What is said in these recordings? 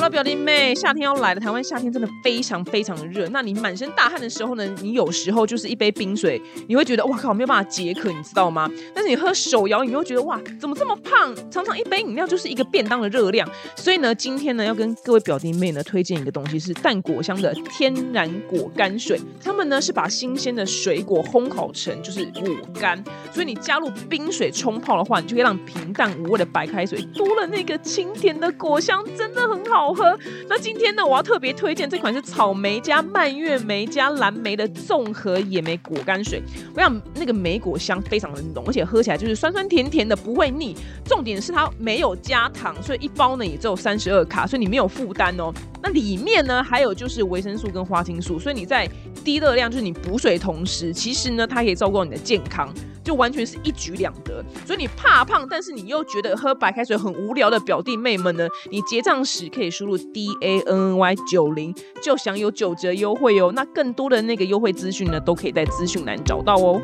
Hello， 表弟妹，夏天要来了，台湾夏天真的非常非常的热。那你满身大汗的时候呢，你有时候就是一杯冰水，你会觉得哇靠，没有办法解渴，你知道吗？但是你喝手摇，你会觉得哇，怎么这么胖？常常一杯饮料就是一个便当的热量。所以呢，今天呢要跟各位表弟妹呢推荐一个东西，是淡果香的天然果干水。他们呢是把新鲜的水果烘烤成就是果干，所以你加入冰水冲泡的话，你就可以让平淡无味的白开水多了那个清甜的果香，真的很好喝。那今天呢，我要特别推荐这款是草莓加蔓越莓加蓝莓的综合野莓果干水。我想那个莓果香非常的浓，而且喝起来就是酸酸甜甜的，不会腻。重点是它没有加糖，所以一包呢也只有32卡，所以你没有负担哦。那里面呢还有就是维生素跟花青素，所以你在低热量，就是你补水同时，其实呢它可以照顾到你的健康，就完全是一举两得。所以你怕胖，但是你又觉得喝白开水很无聊的表弟妹们呢，你结账时可以输入 DANNY90 就享有9折优惠哦。那更多的那个优惠资讯呢，都可以在资讯栏找到哦。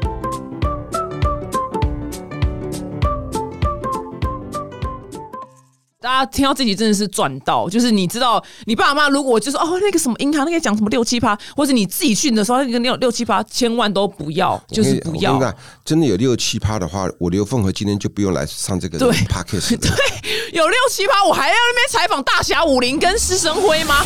大家听到这集真的是赚到，就是你知道你爸妈如果就是那个什么银行那个讲什么6-7%，或者你自己去的时候那个6-7%，千万都不要，就是不要。 我跟你讲，真的有6-7%的话，我刘凤和今天就不用来上这个 podcast。 对，有6-7%，我还要那边采访大侠武林跟施生辉吗？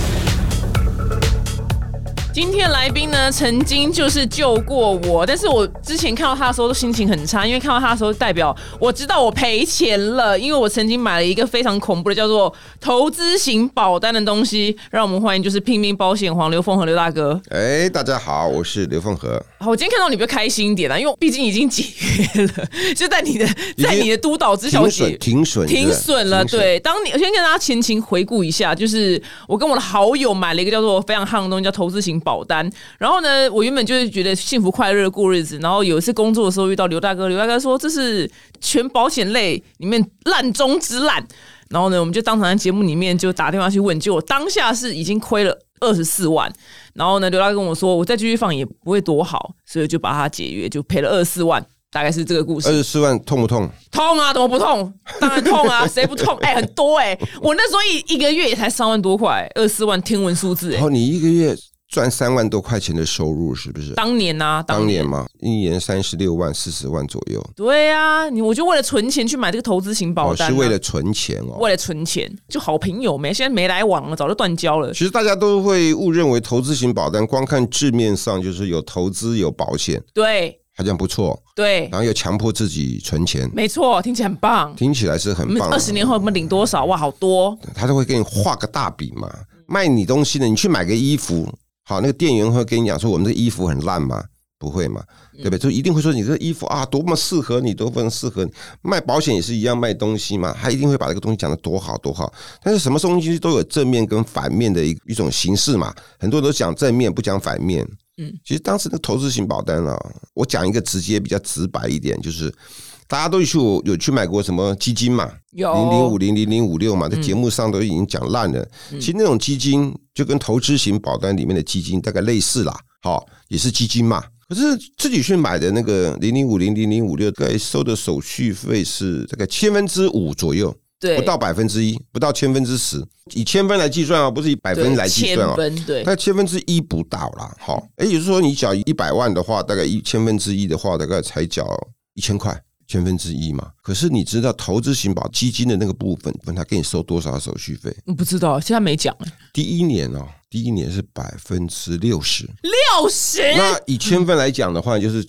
今天来宾呢，曾经就是救过我，但是我之前看到他的时候都心情很差，因为看到他的时候代表我知道我赔钱了，因为我曾经买了一个非常恐怖的叫做投资型保单的东西。让我们欢迎就是拼命保险王刘凤和刘大哥。 大家好，我是刘凤和。 好，我今天看到你比较开心一点啦，因为毕竟已经解约了，就在你的督导之下停损了。 对，我先跟大家前情回顾一下，就是我跟我的好友买了一个叫做非常夯的东西，叫投资型保单。然后呢，我原本就是觉得幸福快乐的过日子，然后有一次工作的时候遇到刘大哥说这是全保险类里面烂中之烂。然后呢，我们就当场在节目里面就打电话去问，结果当下是已经亏了24万。然后呢，刘大哥跟我说，我再继续放也不会多好，所以就把它解约，就赔了24万。大概是这个故事。24 万痛不痛？ 痛啊，怎么不痛？当然痛啊，谁不痛？很多我那时候一个月也才3万多块，24万天文数字然后你一个月赚3万多块钱的收入，是不是？ 当年嘛， 一年36万、40万左右。 对啊，我就为了存钱去买这个投资型保单。 是为了存钱哦。 为了存钱，就好朋友现在没来往了，早就断交了。 其实大家都会误认为投资型保单，光看字面上就是有投资有保险。 对。 好像不错， 对， 然后又强迫自己存钱， 没错，听起来很棒， 听起来是很棒。 20年后我们领多少？哇，好多！ 他都会给你画个大饼嘛，卖你东西的，你去买个衣服，好，那个店员会跟你讲说我们这衣服很烂吗？不会嘛，对不对？就一定会说你这个衣服啊，多么适合你，多么适合你。卖保险也是一样，卖东西嘛，他一定会把这个东西讲得多好多好。但是什么东西都有正面跟反面的一种形式嘛，很多人都讲正面不讲反面。其实当时的投资型保单啊，我讲一个直接比较直白一点，就是大家都有去买过什么基金嘛，有0050、0056嘛，在节目上都已经讲烂了。其实那种基金就跟投资型保单里面的基金大概类似啦，也是基金嘛。可是自己去买的那个0050、0056，大概收的手续费是大概5%左右。不到1%，不到10%，以千分来计算不是以百分来计算大概1/1000不到啦。也就是说你缴100万的话，大概1/1000的话，大概才缴1000块，1/1000嘛。可是你知道投资型保基金的那个部分，他给你收多少手续费？ 不知道，现在没讲。 第一年是60%，那以千分来讲的话，就是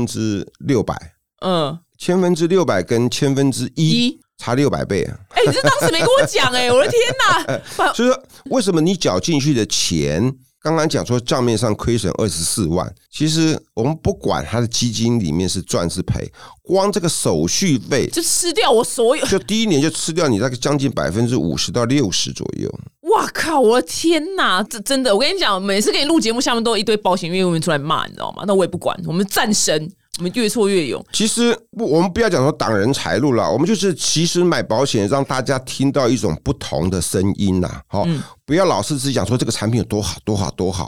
600%。600%跟1/1000。差600倍啊！ 你这当时没跟我讲我的天哪！ 所以说，为什么你缴进去的钱，刚刚讲说账面上亏损24万，其实我们不管它的基金里面是赚是赔，光这个手续费就吃掉我所有， 就第一年就吃掉你大概将近50%到60%左右。 哇靠！我的天哪，这真的，我跟你讲，每次给你录节目，下面都有一堆保险业务员出来骂，你知道吗？那我也不管，我们战神。我们越挫越勇。 其实我们不要讲说挡人财路了，我们就是其实买保险让大家听到一种不同的声音啦。不要老是只讲说这个产品有多好多好多好。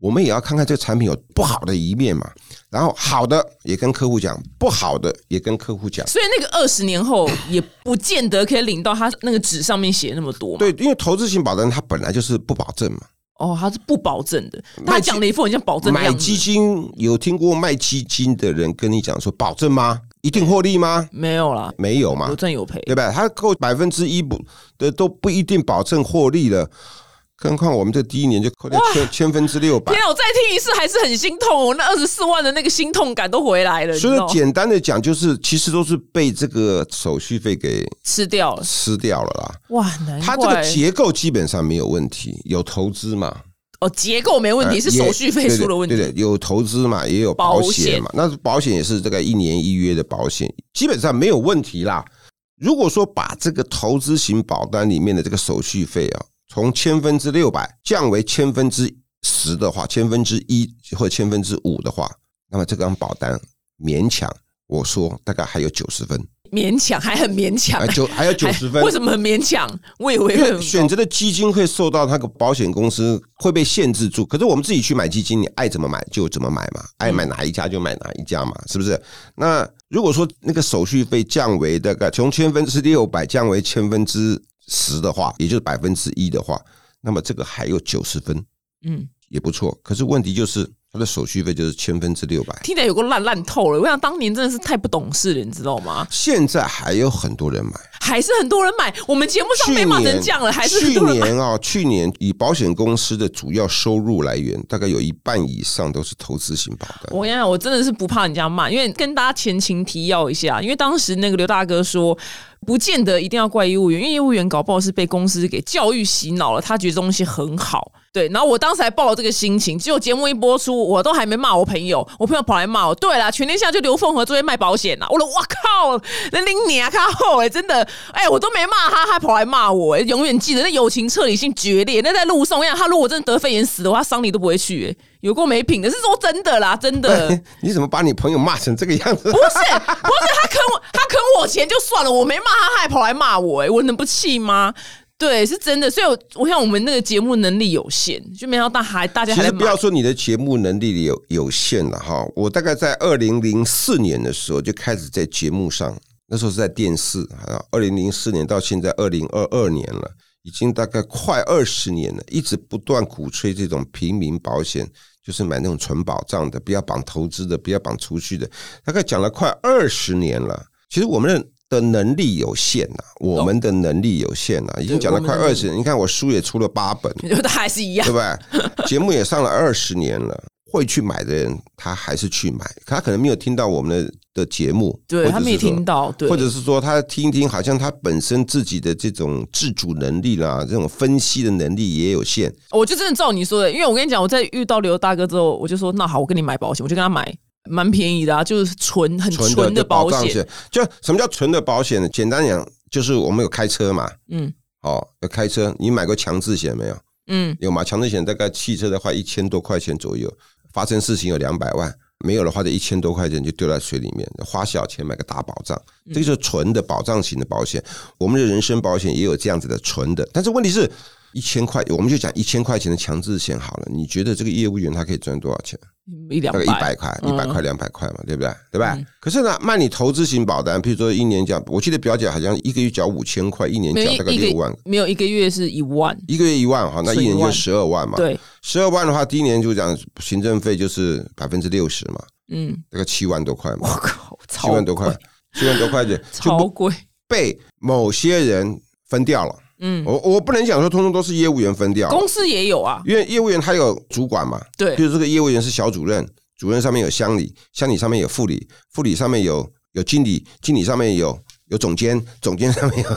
我们也要看看这个产品有不好的一面嘛，然后好的也跟客户讲，不好的也跟客户讲。 所以那个20年后也不见得可以领到他那个纸上面写那么多嘛。 对，因为投资型保单它本来就是不保证嘛。 哦，它是不保证的，他讲了一副很像保证的样子。 买基金有听过卖基金的人跟你讲说保证吗？一定获利吗？ 没有啦， 没有嘛， 有赚有赔， 对吧？他扣1%的都不一定保证获利了。更何况我们这第一年就扣掉600%。天啊，我再听一次还是很心痛，我那24万的那个心痛感都回来了。 所以简单的讲，就是其实都是被这个手续费给吃掉了啦。 哇，难怪它这个结构基本上没有问题，有投资嘛。 哦，结构没问题，是手续费出了问题。 对，有投资嘛，也有保险嘛。那保险也是这个1年1约的保险，基本上没有问题啦。如果说把这个投资型保单里面的这个手续费啊，从600%降为10%的话，1%或者5%的话，那么这张保单勉强我说大概还有90分。 勉强还很勉强， 还有90分。 为什么很勉强？我以为选择的基金会受到那个保险公司会被限制住，可是我们自己去买基金，你爱怎么买就怎么买嘛，爱买哪一家就买哪一家嘛，是不是？那如果说那个手续费降为大概从600%降为10%的话，也就是1%的话，那么这个还有90分，也不错。可是问题就是它的手续费就是600%， 听起来有个烂透了。我想当年真的是太不懂事了，你知道吗？ 现在还有很多人买， 还是很多人买。我们节目上被骂成这样了，还是很多人买。 去年以保险公司的主要收入来源，大概有1半以上都是投资型保单。 我跟你讲，我真的是不怕人家骂，因为跟大家前情提要一下，因为当时那个刘大哥说，不见得一定要怪业务员，因为业务员搞不好是被公司给教育洗脑了，他觉得东西很好。对，然后我当时还抱了这个心情，结果节目一播出，我都还没骂我朋友跑来骂我。对啦，全天下就刘凤和最会卖保险啦。我说哇靠，那拎你啊，靠后真的我都没骂他，他跑来骂我永远记得那友情彻底性决裂。那在路上，他如果真的得肺炎死的话，他丧礼都不会去有够没品的，是说真的啦，真的。 你怎么把你朋友骂成这个样子？ 不是，他坑我钱就算了，我没骂他，他还跑来骂我我能不气吗？对，是真的，所以我想我们那个节目能力有限，就没想到大家还在买。其实不要说你的节目能力有限了哈，我大概在2004年的时候就开始在节目上，那时候是在电视，2004年到现在2022年了，已经大概快20年了，一直不断鼓吹这种平民保险，就是买那种纯保障的，不要绑投资的，不要绑储蓄的，大概讲了快20年了。其实我们的能力有限我们的能力有限已经讲了快20年。你看我书也出了8本， 还是一样， 对吧？节目也上了20年了，会去买的人他还是去买，他可能没有听到我们的节目， 对，他没听到，对， 或者是说他听一听，好像他本身自己的这种自主能力啦，这种分析的能力也有限。 我就真的照你说的，因为我跟你讲，我在遇到刘大哥之后，我就说那好，我跟你买保险，我就跟他买。蛮便宜的就是很纯的保险。 就什么叫纯的保险呢？简单讲，就是我们有开车嘛，有开车，你买过强制险没有？有嘛？强制险大概汽车的话1000多块钱左右，发生事情有200万，没有的话就1000多块钱就丢在水里面，花小钱买个大保障，这个就是纯的保障型的保险。我们的人身保险也有这样子的纯的，但是问题是1000块，我们就讲1000块钱的强制险好了。你觉得这个业务员他可以赚多少钱？100块200块嘛，对不对？对吧？可是呢，卖你投资型保单，譬如说1年缴，我记得表姐好像1个月缴5000块，1年缴大概6万。 没有1个月是1万 ，1个月1万哈，那1年就12万嘛。 对 ，12万的话，第一年就讲行政费就是60%嘛，大概7万多块嘛。 我靠 ，7万多块，7万多块钱， 超贵， 被某些人分掉了。我不能讲说通通都是业务员分掉， 公司也有啊， 因为业务员他有主管嘛， 对， 比如这个业务员是小主任，主任上面有乡里，乡里上面有副理，副理上面有经理，经理上面有总监，总监上面有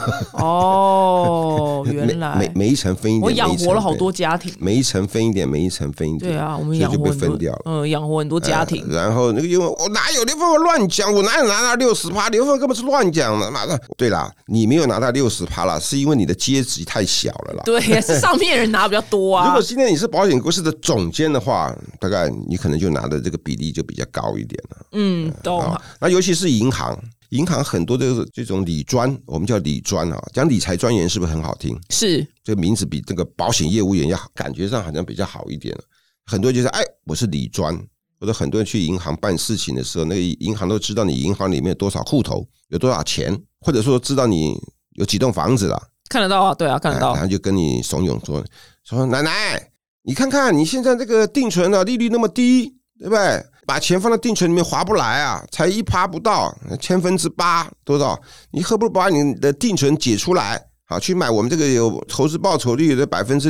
原来每一层分一点， 我养活了好多家庭， 每一层分一点，每一层分一点， 对啊，我们养活就被分掉了， 养活很多家庭。 然后那个因为我哪有刘凤和乱讲，我哪有拿到60%？刘凤根本是乱讲的嘛。对啦，你没有拿到60%啦，是因为你的阶级太小了啦。 对，是上面人拿比较多啊。 如果今天你是保险公司的总监的话，大概你可能就拿的这个比例就比较高一点了。 懂。 那尤其是银行很多的这种理专，我们叫理专讲理财专员是不是很好听？ 是， 这个名字比这个保险业务员要感觉上好像比较好一点。 很多人就是我是理专，或者很多人去银行办事情的时候，那个银行都知道你银行里面有多少户头，有多少钱，或者说知道你有几栋房子啦， 看得到啊，对啊，看得到。 然后就跟你怂恿说奶奶，你看看你现在这个定存啊，利率那么低，对不对？把钱放到定存里面划不来啊，才1%不到，8%多少？你何不把你的定存解出来，好去买我们这个有投资报酬率的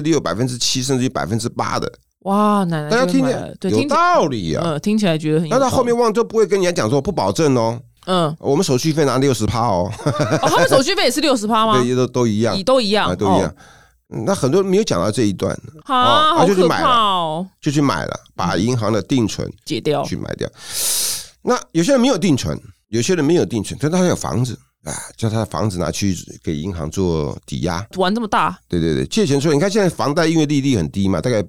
6%、7%甚至于8%的。 哇，奶奶， 大家听起来有道理啊， 听起来觉得很有道理。 那到后面就不会跟人家讲说不保证哦。我们手续费拿60%哦。 他们手续费也是60%吗？ 对，都一样， 都一样， 都一样。那很多人没有讲到这一段， 好可怕哦！ 就去买了，把银行的定存解掉， 去买掉。那有些人没有定存，有些人没有定存，但他有房子叫他的房子拿去给银行做抵押， 玩这么大？ 对，借钱出来。你看现在房贷因为利率很低嘛，大概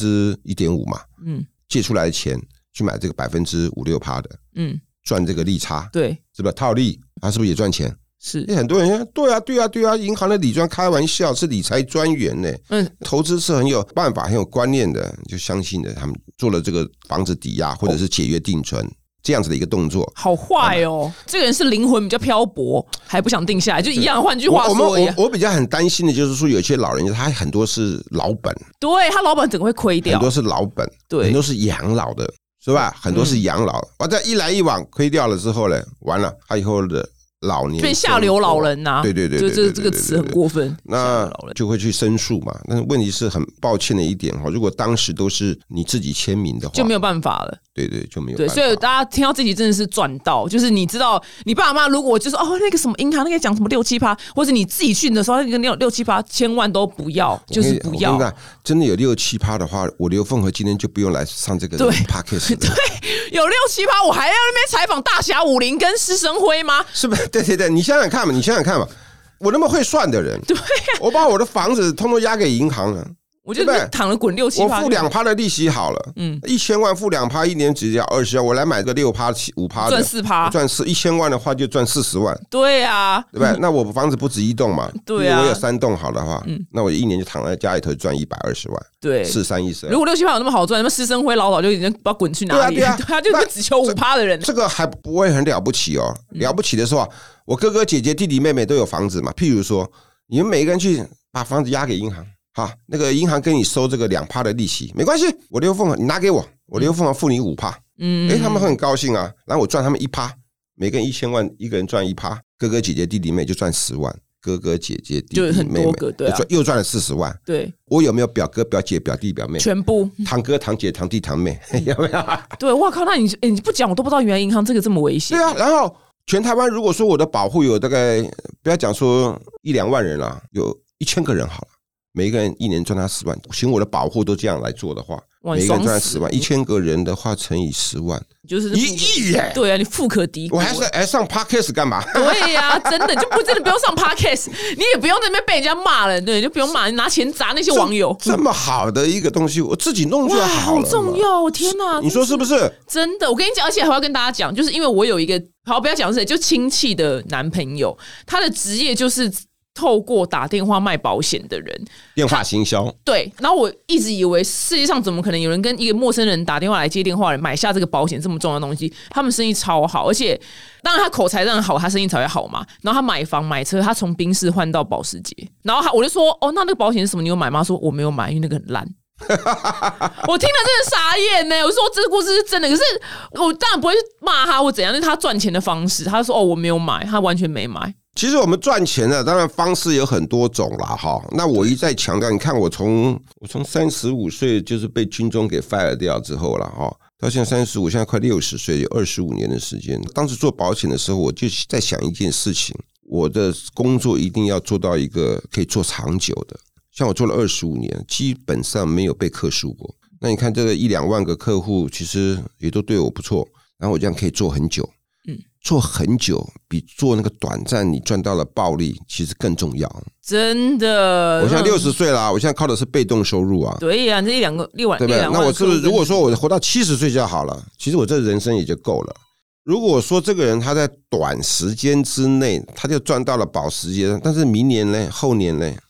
1.5%嘛，借出来的钱去买这个5%、6%的，赚这个利差， 对， 是不是套利？他是不是也赚钱？ 是， 很多人说对啊，银行的理专开玩笑，是理财专员呢。投资是很有办法、很有观念的，就相信的他们做了这个房子抵押或者是解约定存这样子的一个动作。 好坏哦，这个人是灵魂比较漂泊，还不想定下来，就一样。换句话说， 我比较很担心的就是说，有些老人家他很多是老本， 对他老本整个会亏掉， 很多是老本，对，很多是养老的，是吧？很多是养老，这一来一往亏掉了之后呢，完了，他以后的老年变下流老人呐， 对， 就这个词很过分， 那就会去申诉嘛。但是问题是很抱歉的一点，如果当时都是你自己签名的话， 就没有办法了。对， 就没有办法。 所以大家听到这集真的是赚到，就是你知道，你爸妈如果就说那个什么银行那个讲什么6-7%，或者你自己去的时候那个6-7%，千万都不要，就是不要。 真的有6-7%的话，我刘凤和今天就不用来上这个 podcast。 对，有6-7%，我还要那边采访大侠武林跟施生辉吗？ 是不是？对，你想想看嘛，我那么会算的人， 对， 我把我的房子通通押给银行了。 我就躺了滚6-7%， 我付2%的利息好了，1000万付2%，一年只要20万，我来买个6%、5%的，赚1000万的话就赚40万， 对啊， 对不对？那我房子不止1栋嘛， 对啊， 我有3栋好的话，那我一年就躺在家里头赚120万， 对 ，4314。 如果6-7%有那么好赚，那么施生辉老早就已经不知道滚去哪里，对啊，他就只求5%的人， 这个还不会很了不起哦，了不起的是吧？我哥哥姐姐弟弟妹妹都有房子嘛，譬如说你们每个人去把房子押给银行。好，那个银行跟你收这个2%的利息，没关系，我刘凤你拿给我，我刘凤付你5%，他们很高兴啊，然后我赚他们1%，每个人1000万，一个人赚1%，哥哥姐姐弟弟妹就赚10万，哥哥姐姐弟弟妹妹又赚了40万， 对， 我有没有表哥表姐表弟表妹？ 全部， 堂哥堂姐堂弟堂妹，有没有？ 对，哇靠，那你不讲我都不知道，原来银行这么危险。 对啊，然后全台湾如果说我的保户有大概不要讲说1-2万人啦，有1000个人好了。每一个人一年赚他10万，行我的保护都这样来做的话，每一个人赚10万，1000个人的话乘以10万， 就是 1亿耶！ 对啊，你富可敌国。 我还上 podcast 干嘛？ 对呀，真的就真的不用上 podcast， 你也不用在那边被人家骂了，对，就不用骂，你拿钱砸那些网友。 这么好的一个东西，我自己弄就好了。 好重要，我天哪！ 你说是不是？ 真的，我跟你讲，而且还要跟大家讲，就是因为我有一个好不要讲是谁，就亲戚的男朋友，他的职业就是透过打电话卖保险的人， 电话行销。 对，然后我一直以为世界上怎么可能有人跟一个陌生人打电话来接电话买下这个保险这么重要的东西？他们生意超好，而且当然他口才让好，他生意才会好嘛。然后他买房买车，他从宾士换到保时捷。然后我就说那个保险是什么？你有买吗？他说我没有买，因为那个很烂。我听了真的傻眼呢！我说这个故事是真的，可是我当然不会骂他或怎样，那是他赚钱的方式。他说我没有买，他完全没买。 其实我们赚钱的，当然方式有很多种啦，哈。那我一再强调，你看我从35岁就是被军中给 fire 掉之后了，哈，到现在35，现在快60岁，有25年的时间。当时做保险的时候，我就在想一件事情，我的工作一定要做到一个可以做长久的。像我做了25年，基本上没有被客诉过。那你看这个1-2万个客户，其实也都对我不错，然后我这样可以做很久。做很久比做那个短暂你赚到了暴利其实更重要，真的。我现在60岁了，我现在靠的是被动收入啊。对呀，这1-2个6万，对不对？那我是不是如果说我活到70岁就好了，其实我这人生也就够了。如果说这个人他在短时间之内他就赚到了保时捷，但是明年呢后年呢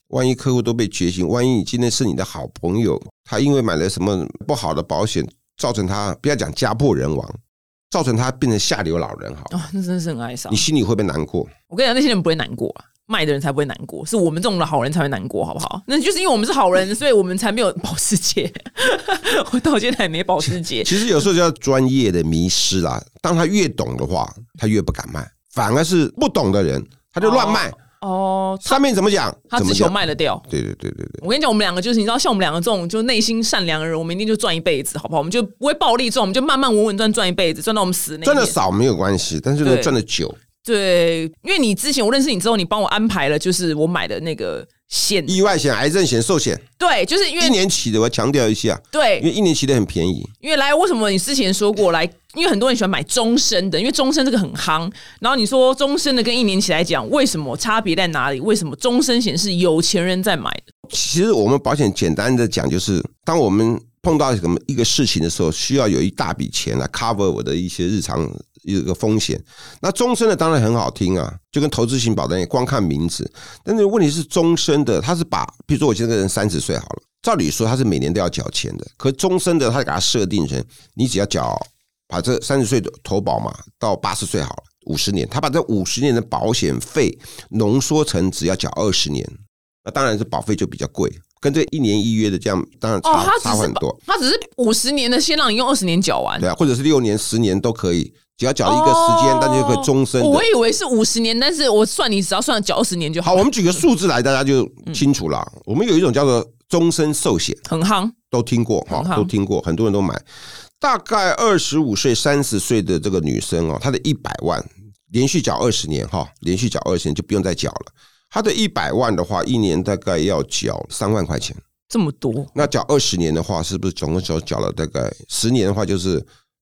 万一客户都被绝情，万一你今天是你的好朋友，他因为买了什么不好的保险，造成他不要讲家破人亡，造成他变成下流老人，好， 那真的是很哀伤。 你心里会不会难过？ 我跟你讲，那些人不会难过啊，卖的人才不会难过，是我们这种的好人才会难过，好不好？那就是因为我们是好人，所以我们才没有保时捷。我到现在还没保时捷。 其实有时候叫专业的迷失啦。当他越懂的话，他越不敢卖，反而是不懂的人他就乱卖。上面怎么讲？ 他只求卖得掉。 对。 我跟你讲，我们两个就是你知道，像我们两个这种就内心善良的人，我们一定就赚一辈子，好不好？我们就不会暴力赚，我们就慢慢稳稳赚一辈子，赚到我们死那一天。 赚的少没有关系，但是呢，赚的久。 对，因为你之前我认识你之后，你帮我安排了，就是我买的那个险， 意外险、癌症险、寿险。 对，就是因为 1年期的，我要强调一下。 对， 因为1年期的很便宜。 因为为什么你之前说过来？因为很多人喜欢买终身的，因为终身这个很夯。然后你说终身的跟1年期来讲，为什么差别在哪里？为什么终身险是有钱人在买的？ 其实我们保险简单的讲，就是当我们碰到一个事情的时候，需要有一大笔钱来 cover 我的一些日常一个风险。那终身的当然很好听啊，就跟投资型保单光看名字。但是问题是终身的，他是把，比如说我现在这个人30岁好了，照理说他是每年都要缴钱的，可终身的他给他设定成，你只要缴，把这30岁的投保嘛，到80岁好了，50年，他把这50年的保险费浓缩成只要缴20年，那当然是保费就比较贵。跟这1年1约的这样，当然差很多。 他只是50年的，先让你用20年缴完， 对啊，或者是6年、10年都可以，只要缴一个时间，那就可以终身的。 我以为是50年，但是我算你只要算缴20年就好。 好，我们举个数字来，大家就清楚了。我们有一种叫做终身寿险， 很夯， 都听过哈，都听过，很多人都买。大概25岁、30岁的这个女生哦，她的100万连续缴20年哈，连续缴20年就不用再缴了。他的100万的话，1年大概要缴3万块钱， 这么多。那缴20年的话，是不是总共缴了大概10年的话就是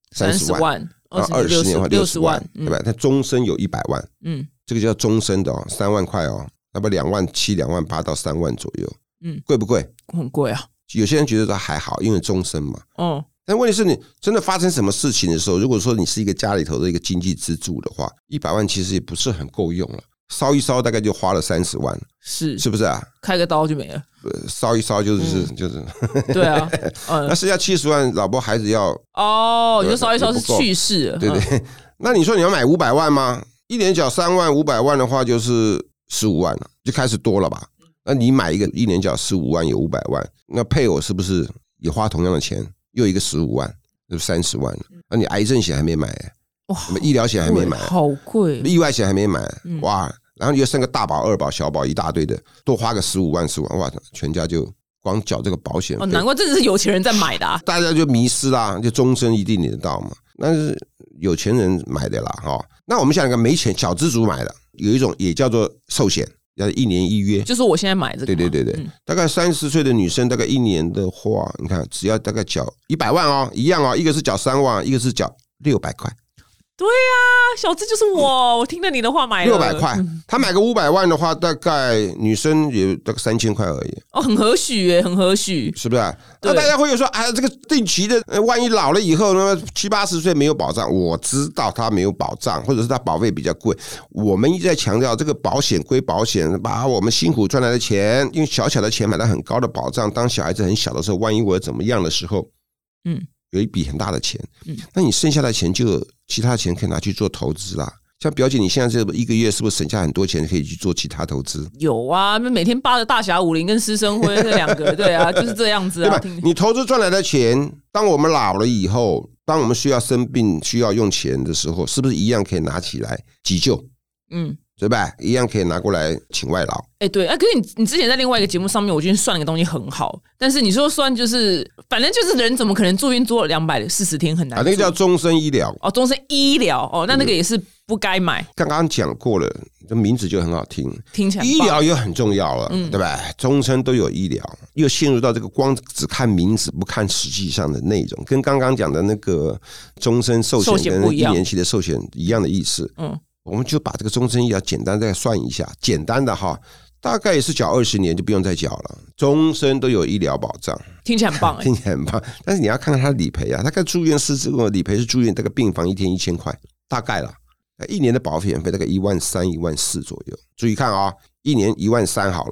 30万，20年的话60万，对吧？他终身有100万，这个叫终身的哦，3万块哦，那么2万7、2万8到3万左右，贵不贵？ 很贵啊。 有些人觉得还好，因为终身嘛，但问题是你真的发生什么事情的时候，如果说你是一个家里头的一个经济支柱的话，100万其实也不是很够用了。烧一烧大概就花了30万，是不是啊？ 开个刀就没了。 烧一烧就是对啊， 那剩下70万，老婆孩子要你就烧一烧是去世了， 对。那你说你要买500万吗？1年缴3万，500万的话就是15万了，就开始多了吧？那你买一个1年缴15万有500万，那配偶是不是也花同样的钱，又一个15万，就30万了？那你癌症险还没买什么医疗险还没买， 好贵， 意外险还没买，哇！然后你又生个大保、2保、小保一大堆的，多花个15万、10万，哇！全家就光缴这个保险费。 难怪真的是有钱人在买的， 大家就迷失啦，就终身一定领得到嘛。那是有钱人买的啦，哈。那我们想一个没钱小资族买的，有一种也叫做寿险，要1年1约， 就是我现在买这个。 对，大概30岁的女生，大概1年的话，你看只要大概缴100万哦，一样哦，一个是缴3万，一个是缴600块。 对啊，小资就是我听了你的话买了 600块，他买个500万的话，大概女生也大概3000块而已。 很合许耶，很合许， 是不是？那大家会有说，这个定期的，万一老了以后，那么70、80岁没有保障，我知道他没有保障，或者是他保费比较贵。我们一直在强调，这个保险归保险，把我们辛苦赚来的钱，用小小的钱买到很高的保障。当小孩子很小的时候，万一我怎么样的时候，有一笔很大的钱，那你剩下的钱就有其他的钱可以拿去做投资啦。像表姐，你现在这1个月是不是省下很多钱可以去做其他投资？ 有啊，每天扒着大侠武林跟施生辉这2个，对啊，就是这样子啊。 对吧？你投资赚来的钱，当我们老了以后，当我们需要生病、需要用钱的时候，是不是一样可以拿起来急救？对吧？一样可以拿过来请外劳。 对，可是你之前在另外一个节目上面，我觉得算了个东西很好，但是你说算就是，反正就是人怎么可能住院做240天很难？ 那个叫终身医疗。 终身医疗那个也是不该买。 刚刚讲过了，这名字就很好听， 听起来医疗也很重要了，对吧？终身都有医疗，又陷入到这个光只看名字不看实际上的内容，跟刚刚讲的那个终身寿险跟1年期的寿险一样的意思。我们就把这个终身医疗简单再算一下，简单的哈，大概也是缴20年就不用再缴了，终身都有医疗保障， 听起来很棒， 听起来很棒。但是你要看看他的理赔啊，大概住院是这个理赔是住院，大概病房1天1000块，大概啦，1年的保险费大概13000、14000左右。注意看啊，1年13000好了，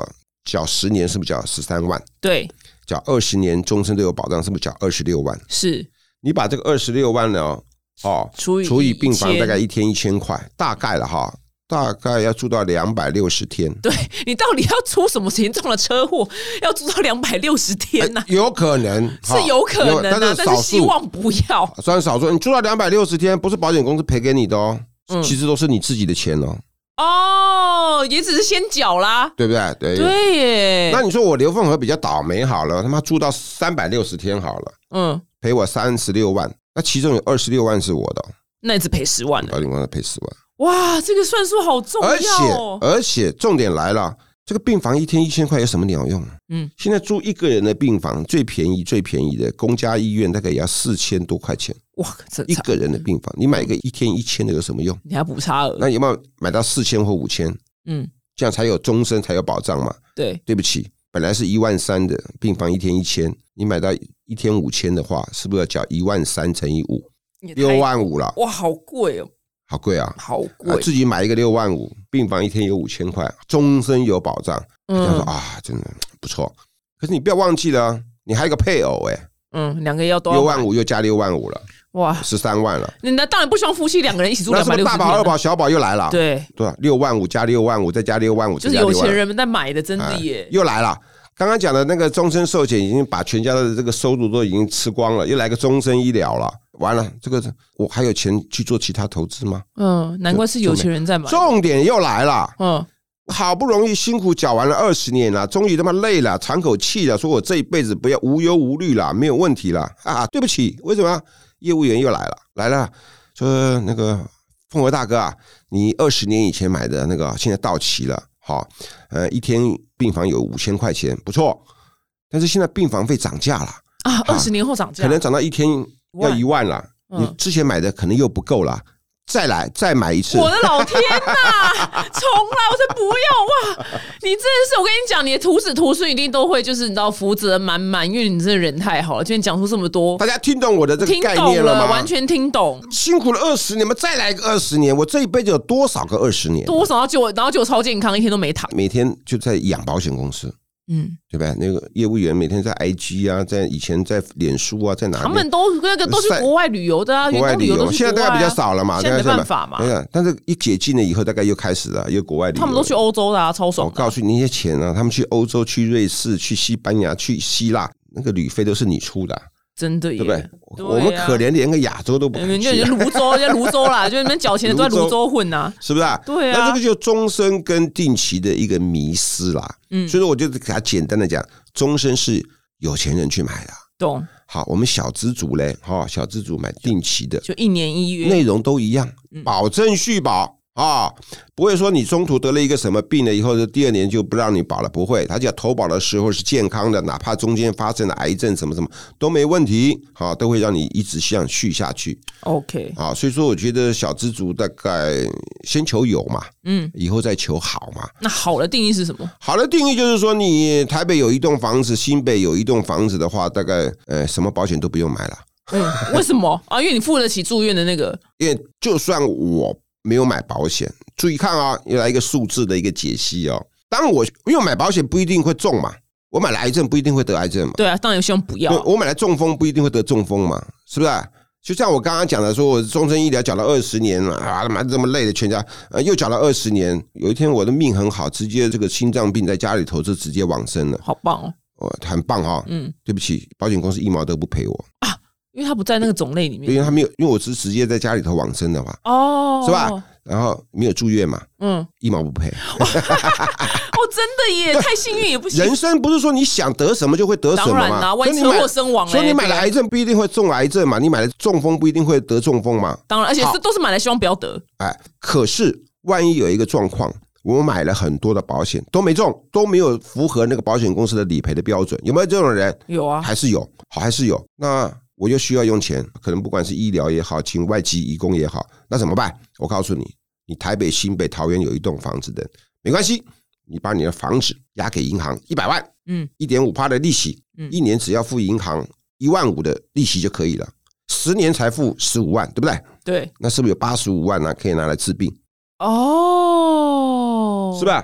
缴10年是不是缴13万？ 对， 缴20年终身都有保障，是不是缴26万？ 是你把这个26万呢，除以病房大概1天1000块，大概了哈，大概要住到260天。 对，你到底要出什么严重的车祸，要住到260天呢？ 有可能是有可能啊，但是希望不要。 虽然少数，你住到260天，不是保险公司赔给你的哦，其实都是你自己的钱哦。 哦，也只是先缴啦， 对不对？ 对耶。 那你说我刘凤和比较倒霉好了，他妈住到360天好了，赔我36万，那其中有26万是我的， 那你只赔10万了， 保险公司赔10万。 哇，这个算数好重要哦！ 而且重点来了，这个病房1天1000块有什么鸟用？现在住1个人的病房最便宜的公家医院大概也要4000多块钱。哇，这1个人的病房，你买一个1天1000的有什么用？ 你还补差额？ 那有没有买到4000或5000？这样才有终身才有保障嘛？对不起，本来是13000的病房1天1000，你买到1天5000的话，是不是要缴13000乘以5，6万5了？ 哇，好贵哦！ 好贵啊！ 好贵， 自己买一个6万5，病房1天有5000块，终身有保障。他说啊，真的不错。可是你不要忘记了，你还有一个配偶两个要多 6万5又加6万5了，哇，13万了。 那当然不希望夫妻2个人一起住260天。那是大宝、2宝、小宝又来了。 对 ，6万5加6万5再加6万5， 就是有钱人们在买的，真的耶， 又来了。刚刚讲的那个终身寿险已经把全家的这个收入都已经吃光了，又来个终身医疗了，完了，这个我还有钱去做其他投资吗？ 难怪是有钱人在买。 重点又来了，好不容易辛苦缴完了20年了，终于他妈累了，喘口气了，说我这一辈子不要无忧无虑了，没有问题了啊！对不起，为什么？业务员又来了，说那个凤和大哥啊，你20年以前买的那个现在到期了。好，1天病房有5000块钱，不错。但是现在病房费涨价了啊，20年后涨价， 可能涨到1天要1万了。你之前买的可能又不够了，再买一次。 我的老天哪！重来，我才不要哇！你真的是，我跟你讲，你的徒子徒孙一定都会，就是你知道福泽满满，因为你真的人太好了。今天讲出这么多， 大家听懂我的这个概念了吗？ 完全听懂。辛苦了20年，再来个20年，我这一辈子有多少个20年？ 多少？然后就超健康，一天都没躺， 每天就在养保险公司。对吧？那个业务员每天在 IG 啊，以前在脸书啊，在哪里？ 他们都是国外旅游的啊， 国外旅游现在大概比较少了嘛， 现在没办法嘛。 但是一解禁了以后，大概又开始了，又国外旅游。 他们都去欧洲的啊，超爽。 我告诉你，那些钱啊，他们去欧洲、去瑞士、去西班牙、去希腊，那个旅费都是你出的。 真的耶， 对不对？我们可怜连个亚洲都不敢去， 就泸州啦，就你们缴钱的都在泸州混呐， 是不是？ 对啊， 那这个就终身跟定期的一个迷思啦。所以说我就给他简单的讲，终身是有钱人去买的， 懂？ 好，我们小资族嘞，小资族买定期的， 就1年1月， 内容都一样，保证续保。不会说你中途得了一个什么病了以后，第2年就不让你保了，不会，他只要投保的时候是健康的，哪怕中间发生了癌症什么什么都没问题，都会让你一直这样续下去。 OK， 所以说我觉得小资族大概先求有嘛，以后再求好嘛。 那好的定义是什么？ 好的定义就是说，你台北有一栋房子，新北有一栋房子的话，大概什么保险都不用买了。 为什么啊？因为你付得起住院的那个。 因为就算我没有买保险，注意看啊，又来一个数字的一个解析哦。当我因为买保险不一定会中嘛，我买了癌症不一定会得癌症嘛。 对啊，当然希望不要。 我买了中风不一定会得中风嘛，是不是？就像我刚刚讲的，说我终身医疗缴了20年了啊，妈这么累的全家，又缴了20年。有一天我的命很好，直接这个心脏病在家里头就直接往生了， 好棒哦， 很棒哈。对不起，保险公司1毛都不赔我啊。 因为他不在那个种类里面， 因为他没有，因为我是直接在家里头往生的嘛，是吧？然后没有住院嘛，1毛不赔。 真的耶，太幸运也不行。 人生不是说你想得什么就会得什么嘛， 当然啦，万一车祸身亡， 所以你买了癌症不一定会中癌症嘛，你买了中风不一定会得中风嘛。 当然，而且都是买来希望不要得。 可是万一有一个状况，我买了很多的保险都没中，都没有符合那个保险公司的理赔的标准，有没有这种人？ 有啊， 还是有，好，还是有。那我就需要用钱，可能不管是医疗也好，请外籍移工也好，那怎么办？我告诉你，你台北、新北、桃园有一栋房子的，没关系，你把你的房子押给银行100万，1.5% 的利息，1年只要付银行1万5的利息就可以了，10年才付15万，对不对？ 对， 那是不是有85万呢？可以拿来治病？ 哦， 是吧？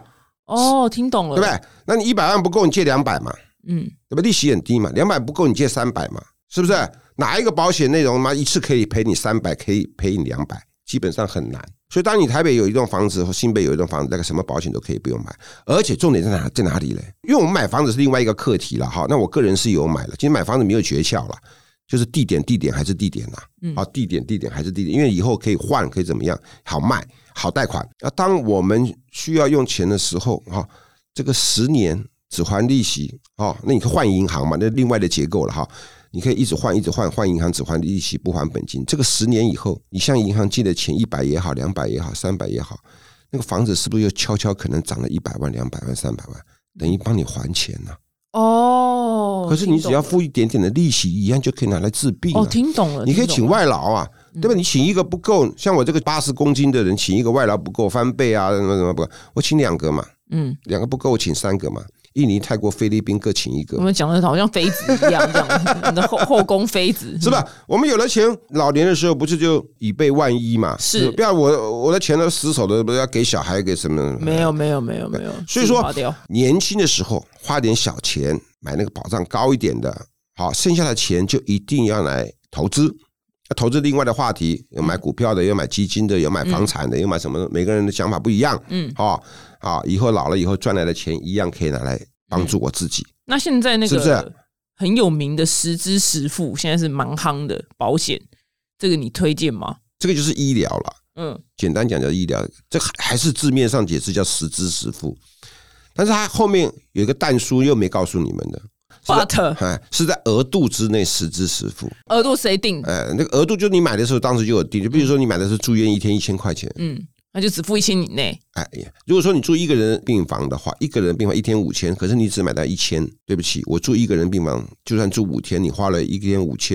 哦，听懂了， 对不对？那你100万不够，你借200嘛，对吧？利息很低嘛，200不够你借300嘛，是不是？哪一个保险内容嘛一次可以赔你300，可以赔你200，基本上很难。所以当你台北有一栋房子或新北有一栋房子，那个什么保险都可以不用买。而且重点在哪里呢？因为我们买房子是另外一个课题了哈。那我个人是有买了，其实买房子没有诀窍了，就是地点还是地点啦，地点还是地点，因为以后可以换，可以怎么样，好卖，好贷款。当我们需要用钱的时候哈，这个10年只还利息哈，那你可以换银行嘛，那另外的结构了哈。你可以一直换银行，只还利息不还本金。这个10年以后，你向银行借的钱100也好，200也好，300也好，那个房子是不是又悄悄可能涨了100万、200万、300万，等于帮你还钱呢？哦，可是你只要付一点点的利息，一样就可以拿来治病。 哦，听懂了。 你可以请外劳啊，对吧？你请一个不够，像我这个80公斤的人，请一个外劳不够，翻倍啊，什么不够，我请2个嘛，2个不够，我请3个嘛。印尼、泰国、菲律宾各请一个。 我们讲的好像妃子一样，这样你的后宫妃子是吧？我们有了钱，老年的时候不是就以备万一嘛？ 是， 不要我的钱都死手的，不要给小孩给什么？ 没有。 所以说，年轻的时候花点小钱买那个保障高一点的，好，剩下的钱就一定要来投资。投资另外的话题，有买股票的，有买基金的，有买房产的，有买什么？每个人的想法不一样。以后老了以后赚来的钱一样可以拿来帮助我自己。 那现在那是不是很有名的实支实付，现在是蛮夯的保险，这个你推荐吗？ 这个就是医疗了。简单讲叫医疗，这还是字面上解释叫实支实付，但是它后面有一个但书又没告诉你们的。是在额度之内实支实付。 额度谁定？ 那个额度就是你买的时候当时就有定，就比如说你买的是住院一天1000块钱， 那就只付1000以内。 如果说你住一个人病房的话，一个人病房1天5000，可是你只买到1000，对不起，我住一个人病房，就算住5天，你花了1天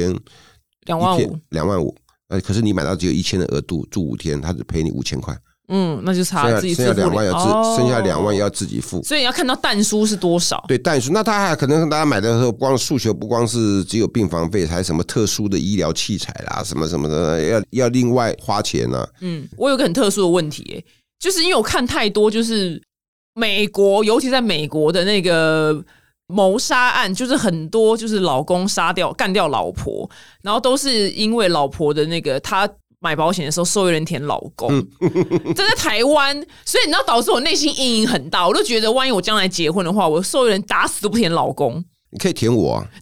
5000，25000，可是你买到只有1000的额度，住5天，他只赔你5000块。 那就差自己自付， 剩下2万要自己付， 所以你要看到但书是多少。 对，但书那他还可能大家买的时候，光诉求不光是只有病房费，还什么特殊的医疗器材啦，什么什么的，要另外花钱啊。 我有个很特殊的问题，就是因为我看太多，就是美国，尤其在美国的那个谋杀案，就是很多就是老公干掉老婆，然后都是因为老婆的那个他买保险的时候受益人填老公，这在台湾，所以你知道导致我内心阴影很大，我就觉得万一我将来结婚的话，我受益人打死都不填老公。 你可以填我啊。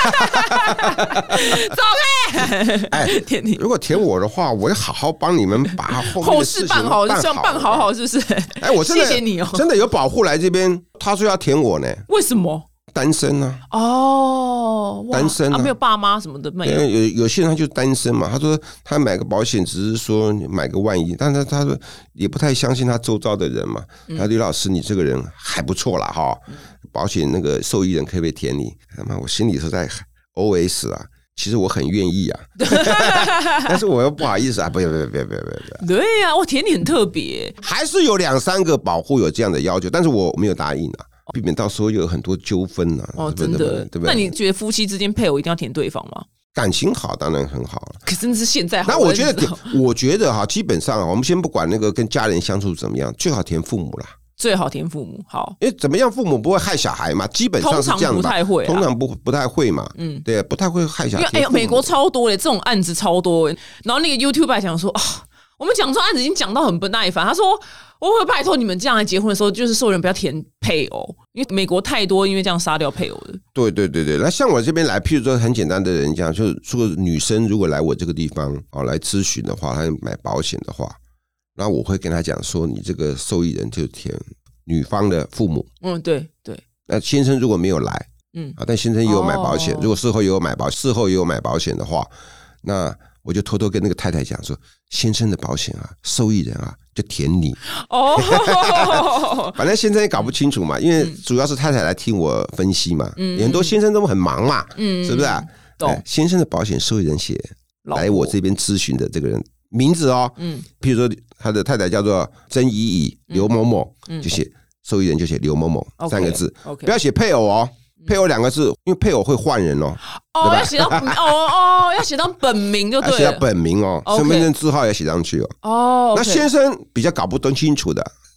走开！填你。 如果填我的话，我要好好帮你们把后事办好，这样办好，是不是？ 我真的谢谢你哦， 真的有保护来这边，他说要填我呢。 为什么？ 单身啊。单身啊， 没有爸妈什么的，没有。 有些人他就单身嘛，他说他买个保险只是说买个万一，但是他说也不太相信他周遭的人嘛。他说吕老师你这个人还不错啦哈，保险那个受益人可不可以填你？我心里是在 OS 啊，其实我很愿意啊，但是我又不好意思啊，不。 对啊，我填你很特别， 还是有2-3个保护有这样的要求，但是我没有答应啊。避免到时候有很多纠纷啊！ 真的，对不对？那你觉得夫妻之间配偶一定要填对方吗？ 感情好当然很好了， 可是是现在好。 那我觉得哈，基本上我们先不管那个跟家人相处怎么样，最好填父母啦。 最好填父母好， 因为怎么样，父母不会害小孩嘛，基本上是这样的吧。通常不太会嘛，对，不太会害小孩。 因为美国超多这种案子超多，然后那个 YouTube 还讲说我们讲这案子已经讲到很不耐烦，他说我会拜托你们这样来结婚的时候，就是受益人不要填配偶，因为美国太多因为这样杀掉配偶的。对，那像我这边来，譬如说很简单的人讲，就是说女生如果来我这个地方来咨询的话，她买保险的话，那我会跟她讲说，你这个受益人就填女方的父母。对。那先生如果没有来，但先生也有买保险，如果事后也有买保险的话，那我就偷偷跟那个太太讲说，先生的保险啊，受益人啊就填你。反正先生也搞不清楚嘛，因为主要是太太来听我分析嘛，很多先生都很忙嘛，是不是啊？先生的保险受益人写来我这边咨询的这个人名字譬如说他的太太叫做曾怡怡刘某某，就写受益人就写刘某某3个字，不要写配偶配偶2个字，因为配偶会换人要写到要写到本名就对了， 要写到本名身份证字号要写上去那先生比较搞不懂清楚的，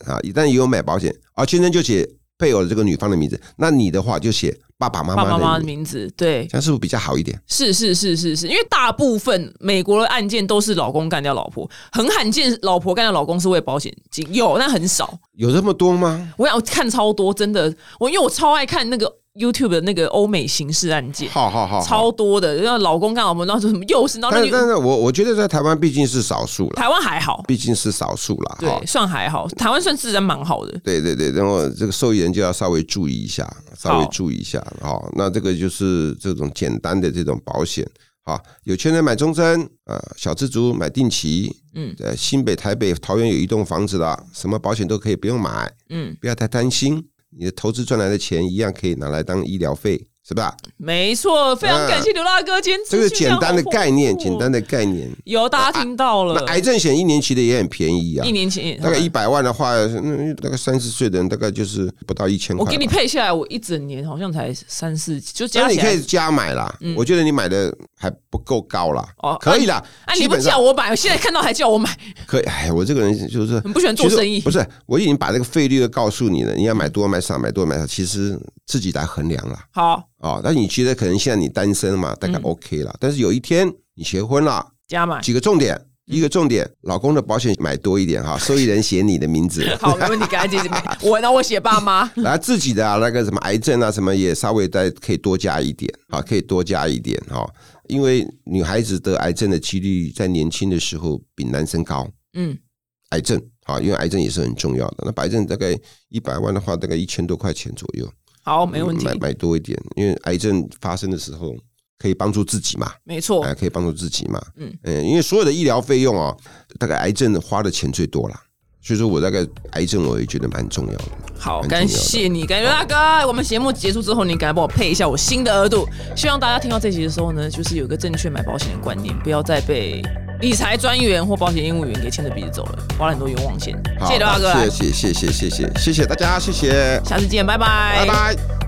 啊，但也有买保险啊，签证就写配偶的这个女方的名字，那你的话就写爸爸妈妈的名字， 对， 这样是不是比较好一点？ 是，因为大部分美国的案件都是老公干掉老婆，很罕见老婆干掉老公是为保险金，有但很少。 有这么多吗？ 我想看超多，真的，因为我超爱看那个 YouTube 的那个欧美刑事案件， 好， 超多的，然后老公干老婆，然后什么又是，然后但是我觉得在台湾毕竟是少数了， 台湾还好， 毕竟是少数啦， 对，算还好，台湾算治安蛮好的， 对，然后这个受益人就要稍微注意一下，那这个就是这种简单的这种保险。好，有钱人买终身小资族买定期，新北、台北、桃园有一栋房子啦，什么保险都可以不用买，不要太担心，你的投资赚来的钱一样可以拿来当医疗费，是吧？ 没错，非常感谢刘大哥，今天这个简单的概念， 有大家听到了。 那癌症险1年期的也很便宜啊，1 年期大概100万的话，大概30岁的人大概就是不到1000块。 我给你配下来，我一整年好像才3-4，就加起来。 那你可以加买啦，我觉得你买的还不够高啦，可以啦。 你不叫我买，我现在看到还叫我买， 可以。我这个人就是很不喜欢做生意， 不是，我已经把这个费率都告诉你了，你要买多买少，买多买少，其实自己来衡量啦。 好。 但你觉得可能现在你单身嘛，大概 OK 啦，但是有一天你结婚了， 加买几个重点。一个重点，老公的保险买多一点哈，受益人写你的名字。 好，没问题，赶紧然后我写爸妈， 然后自己的那个什么癌症啊什么也稍微再可以多加一点，可以多加一点哈，因为女孩子得癌症的几率在年轻的时候比男生高。癌症因为癌症也是很重要的，那癌症大概100万的话，大概1000多块钱左右。 好，没问题， 买多一点，因为癌症发生的时候可以帮助自己嘛， 没错， 可以帮助自己嘛，因为所有的医疗费用大概癌症花的钱最多啦，所以说我大概癌症我也觉得蛮重要的。 好，感谢你，感谢大哥。我们节目结束之后，你赶快帮我配一下我新的额度。希望大家听到这集的时候呢，就是有个正确买保险的观念，不要再被理财专员或保险业务员给牵着鼻子走了，花了很多冤枉钱。谢谢刘大哥， 谢谢大家，谢谢， 下次见，拜拜， 拜拜。